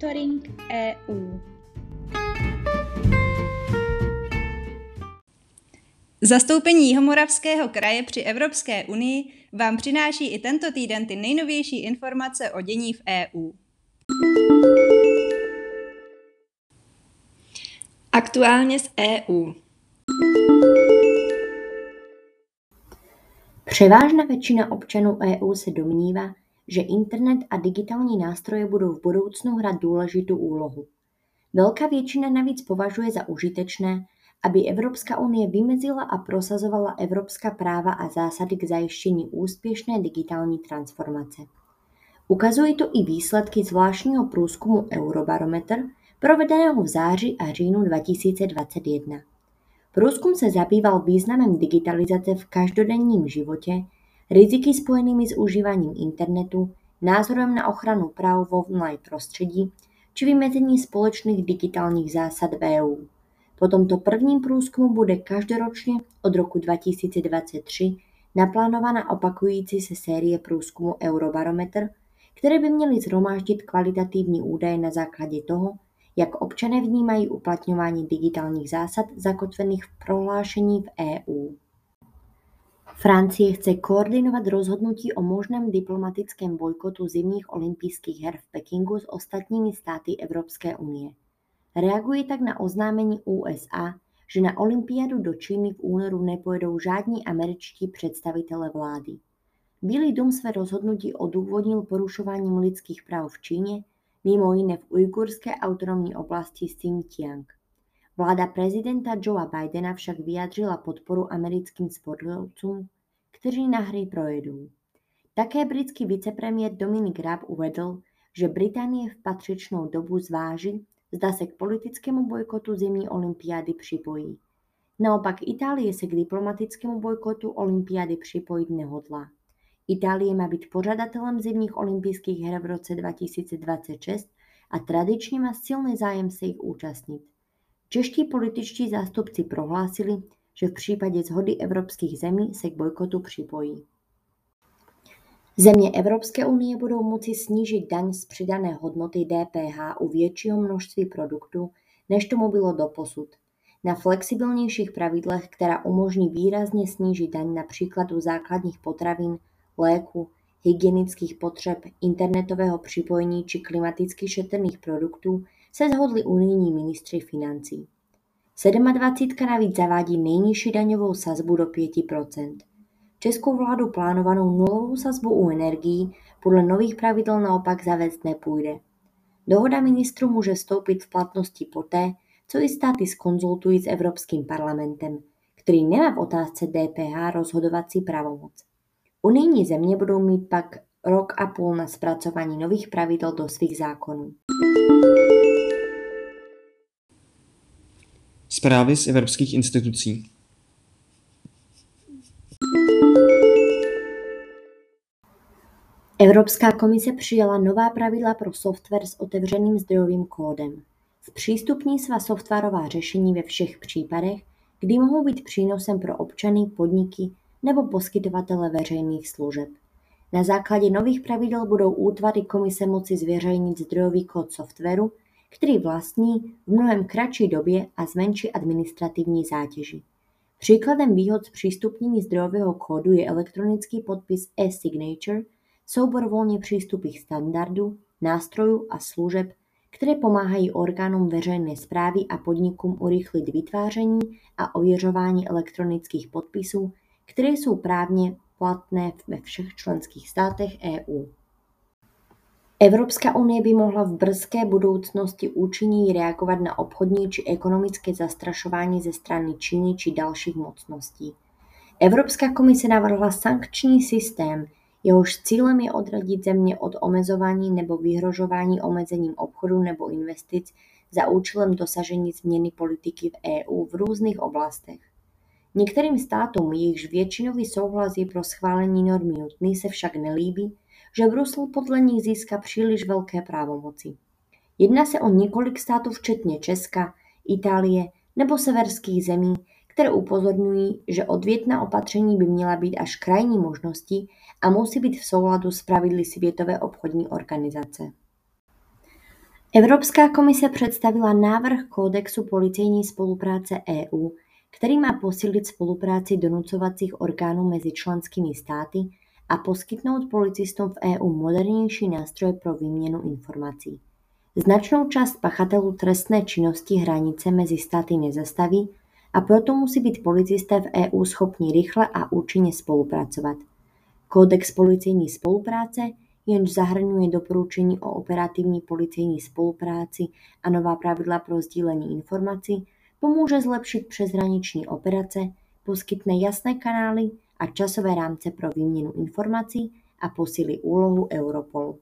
Monitoring EU. Zastoupení Jihomoravského kraje při Evropské unii vám přináší i tento týden ty nejnovější informace o dění v EU. Aktuálně z EU. Převážná většina občanů EU se domnívá, že internet a digitální nástroje budou v budoucnu hrát důležitou úlohu. Velká většina navíc považuje za užitečné, aby Evropská unie vymezila a prosazovala evropská práva a zásady k zajištění úspěšné digitální transformace. Ukazují to i výsledky zvláštního průzkumu Eurobarometr, provedeného v září a říjnu 2021. Průzkum se zabýval významem digitalizace v každodenním životě, riziky spojenými s užíváním internetu, názorem na ochranu práv v online prostředí či vymezení společných digitálních zásad v EU. Po tomto prvním průzkumu bude každoročně od roku 2023 naplánována opakující se série průzkumu Eurobarometr, které by měly shromáždit kvalitativní údaje na základě toho, jak občané vnímají uplatňování digitálních zásad zakotvených v prohlášení v EU. Francie chce koordinovat rozhodnutí o možném diplomatickém bojkotu zimních olympijských her v Pekingu s ostatními státy Evropské unie. Reaguje tak na oznámení USA, že na olympiádu do Číny v únoru nepojedou žádní američtí představitelé vlády. Bílý dům své rozhodnutí odůvodnil porušováním lidských práv v Číně, mimo jiné v ujgurské autonomní oblasti Xinjiang. Vláda prezidenta Joea Bidena však vyjádřila podporu americkým sportovcům, kteří na hry projedou. Také britský vicepremiér Dominic Raab uvedl, že Británie v patřičnou dobu zváží, zda se k politickému bojkotu zimní olympiády připojí. Naopak Itálie se k diplomatickému bojkotu olympiády připojit nehodlá. Itálie má být pořadatelem zimních olympijských her v roce 2026 a tradičně má silný zájem se jich účastnit. Čeští političtí zástupci prohlásili, že v případě shody evropských zemí se k bojkotu připojí. Země Evropské unie budou moci snížit daň z přidané hodnoty DPH u většího množství produktů, než tomu bylo doposud. Na flexibilnějších pravidlech, která umožní výrazně snížit daň například u základních potravin, léku, hygienických potřeb, internetového připojení či klimaticky šetrných produktů, se shodli unijní ministři financí. 27 navíc zavádí nejnižší daňovou sazbu do 5%. Českou vládu plánovanou nulovou sazbu u energií podle nových pravidel naopak zavést nepůjde. Dohoda ministrů může vstoupit v platnosti poté, co i státy zkonzultují s Evropským parlamentem, který nemá v otázce DPH rozhodovací pravomoc. Unijní země budou mít pak rok a půl na zpracování nových pravidel do svých zákonů. Zprávy z evropských institucí. Evropská komise přijala nová pravidla pro software s otevřeným zdrojovým kódem. Zpřístupní svá softwarová řešení ve všech případech, kdy mohou být přínosem pro občany, podniky nebo poskytovatele veřejných služeb. Na základě nových pravidel budou útvary komise moci zveřejnit zdrojový kód softwaru, který vlastní v mnohem kratší době a s menší administrativní zátěží. Příkladem výhod zpřístupnění zdrojového kódu je elektronický podpis e-signature, soubor volně přístupných standardů, nástrojů a služeb, které pomáhají orgánům veřejné správy a podnikům urychlit vytváření a ověřování elektronických podpisů, které jsou právně platné ve všech členských státech EU. Evropská unie by mohla v brzké budoucnosti účinněji reagovat na obchodní či ekonomické zastrašování ze strany Číny či dalších mocností. Evropská komise navrhla sankční systém, jehož cílem je odradit země od omezování nebo vyhrožování omezením obchodu nebo investic za účelem dosažení změny politiky v EU v různých oblastech. Některým státům, jejichž většinový souhlas je pro schválení normy nutný, se však nelíbí, že Brusel podle nich získá příliš velké pravomoci. Jedná se o několik států včetně Česka, Itálie nebo severských zemí, které upozorňují, že odvětná opatření by měla být až krajní možností a musí být v souladu s pravidly Světové obchodní organizace. Evropská komise představila návrh kódexu policejní spolupráce EU, který má posílit spolupráci donucovacích orgánů mezi členskými státy a poskytnout policistům v EU modernější nástroje pro výměnu informací. Značnou část pachatelů trestné činnosti hranice mezi státy nezastaví a proto musí být policisté v EU schopni rychle a účinně spolupracovat. Kódex policejní spolupráce, jenž zahrnuje doporučení o operativní policejní spolupráci a nová pravidla pro sdílení informací, pomůže zlepšit přeshraniční operace, poskytne jasné kanály a časové rámce pro výměnu informací a posílí úlohu Europolu.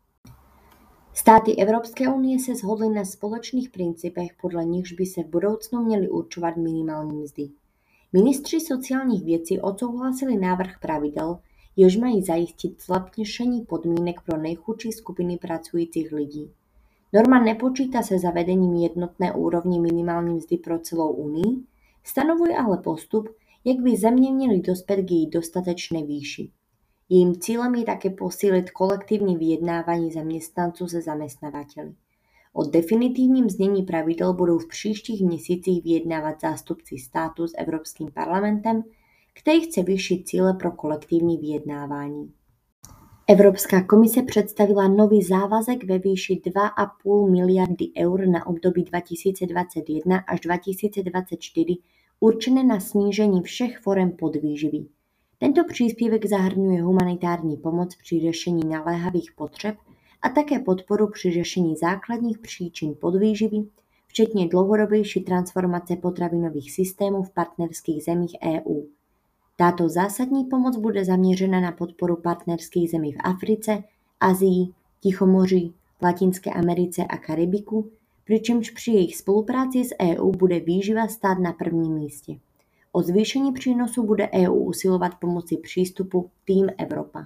Státy Evropské unie se shodly na společných principech, podle nichž by se v budoucnu měly určovat minimální mzdy. Ministři sociálních věcí odsouhlasili návrh pravidel, jež mají zajistit zlepšení podmínek pro nejchudší skupiny pracujících lidí. Norma nepočítá se zavedením jednotné úrovně minimální mzdy pro celou Unii, stanovuje ale postup, jak by země měly dospět k její dostatečné výši. Jejím cílem je také posílit kolektivní vyjednávání zaměstnanců se zaměstnavateli. O definitivním znění pravidel budou v příštích měsících vyjednávat zástupci státu s Evropským parlamentem, který chce vyšší cíle pro kolektivní vyjednávání. Evropská komise představila nový závazek ve výši 2,5 miliardy eur na období 2021 až 2024 určené na snížení všech forem podvýživy. Tento příspěvek zahrnuje humanitární pomoc při řešení naléhavých potřeb a také podporu při řešení základních příčin podvýživy, včetně dlouhodobější transformace potravinových systémů v partnerských zemích EU. Tato zásadní pomoc bude zaměřena na podporu partnerských zemí v Africe, Asii, Tichomoří, Latinské Americe a Karibiku, přičemž při jejich spolupráci s EU bude výživa stát na prvním místě. O zvýšení přínosu bude EU usilovat pomocí přístupu Tým Evropa.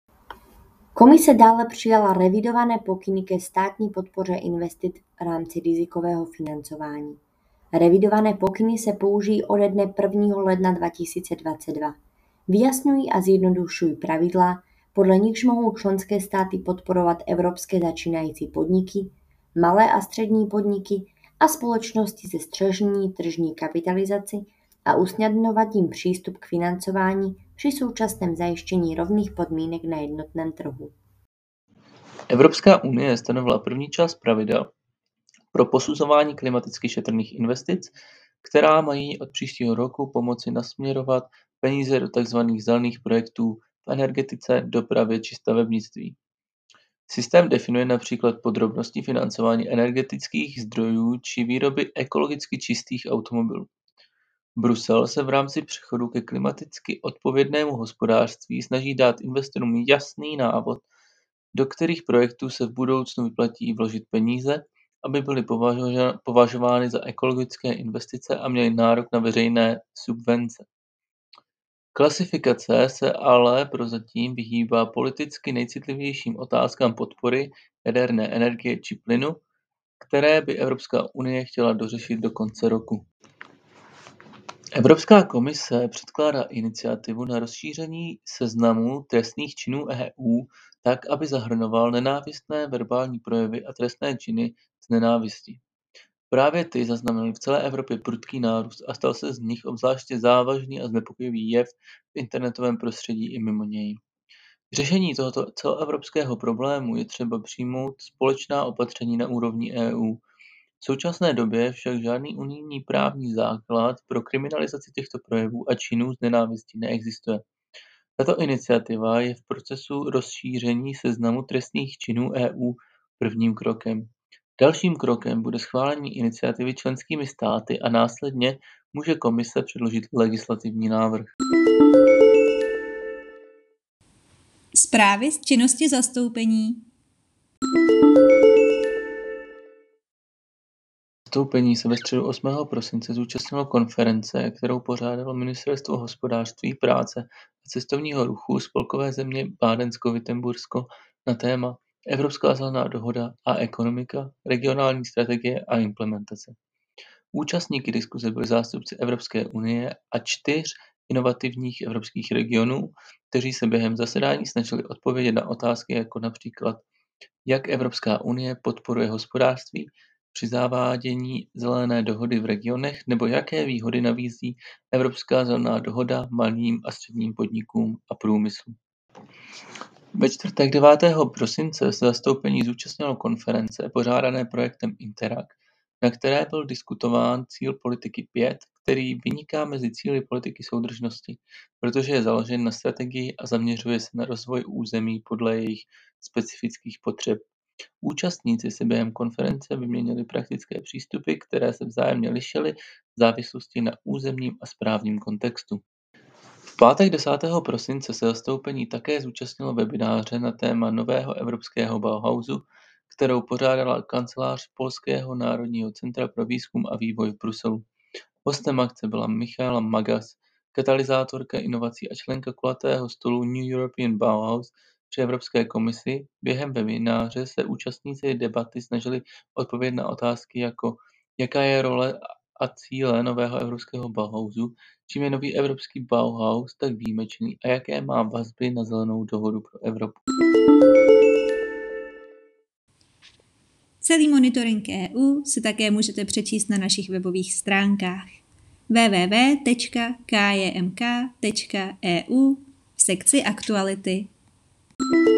Komise dále přijala revidované pokyny ke státní podpoře investic v rámci rizikového financování. Revidované pokyny se použijí ode dne 1. ledna 2022. Vyjasňují a zjednodušují pravidla, podle nichž mohou členské státy podporovat evropské začínající podniky, malé a střední podniky a společnosti se střední tržní kapitalizací a usnadňovat jim přístup k financování při současném zajištění rovných podmínek na jednotném trhu. Evropská unie stanovila první část pravidel pro posuzování klimaticky šetrných investic, která mají od příštího roku pomoci nasměrovat peníze do tzv. Zelených projektů v energetice, dopravě či stavebnictví. Systém definuje například podrobnosti financování energetických zdrojů či výroby ekologicky čistých automobilů. Brusel se v rámci přechodu ke klimaticky odpovědnému hospodářství snaží dát investorům jasný návod, do kterých projektů se v budoucnu vyplatí vložit peníze, aby byly považovány za ekologické investice a měly nárok na veřejné subvence. Klasifikace se ale prozatím vyhýbá politicky nejcitlivějším otázkám podpory jaderné energie či plynu, které by Evropská unie chtěla dořešit do konce roku. Evropská komise předkládá iniciativu na rozšíření seznamu trestných činů EU tak, aby zahrnoval nenávistné verbální projevy a trestné činy z nenávisti. Právě ty zaznamenaly v celé Evropě prudký nárůst a stal se z nich obzvláště závažný a znepokojivý jev v internetovém prostředí i mimo něj. K řešení tohoto celoevropského problému je třeba přijmout společná opatření na úrovni EU. V současné době však žádný unijní právní základ pro kriminalizaci těchto projevů a činů z nenávisti neexistuje. Tato iniciativa je v procesu rozšíření seznamu trestných činů EU prvním krokem. Dalším krokem bude schválení iniciativy členskými státy a následně může komise předložit legislativní návrh. Zprávy z činnosti zastoupení. Zastoupení se ve středu 8. prosince zúčastnilo konference, kterou pořádalo Ministerstvo hospodářství, práce a cestovního ruchu spolkové země Bádensko-Vitembursko na téma Evropská zelená dohoda a ekonomika, regionální strategie a implementace. Účastníky diskuze byli zástupci Evropské unie a 4 inovativních evropských regionů, kteří se během zasedání snažili odpovědět na otázky jako například Jak Evropská unie podporuje hospodářství při zavádění zelené dohody v regionech nebo jaké výhody nabízí Evropská zelená dohoda malým a středním podnikům a průmyslu. Ve čtvrtek 9. prosince se zastoupení zúčastnilo konference pořádané projektem Interact, na které byl diskutován cíl politiky 5, který vyniká mezi cíli politiky soudržnosti, protože je založen na strategii a zaměřuje se na rozvoj území podle jejich specifických potřeb. Účastníci si během konference vyměnili praktické přístupy, které se vzájemně lišily v závislosti na územním a správním kontextu. V pátek 10. prosince se zastoupení také zúčastnilo webináře na téma nového evropského Bauhausu, kterou pořádala kancelář Polského národního centra pro výzkum a vývoj v Bruselu. Hostem akce byla Michaela Magas, katalyzátorka inovací a členka kulatého stolu New European Bauhaus při Evropské komisi. Během webináře se účastníci debaty snažili odpovědět na otázky jako jaká je role a cíle nového evropského Bauhausu, čím je nový evropský Bauhaus tak výjimečný a jaké má vazby na zelenou dohodu pro Evropu. Celý monitoring EU si také můžete přečíst na našich webových stránkách www.kjmk.eu v sekci aktuality.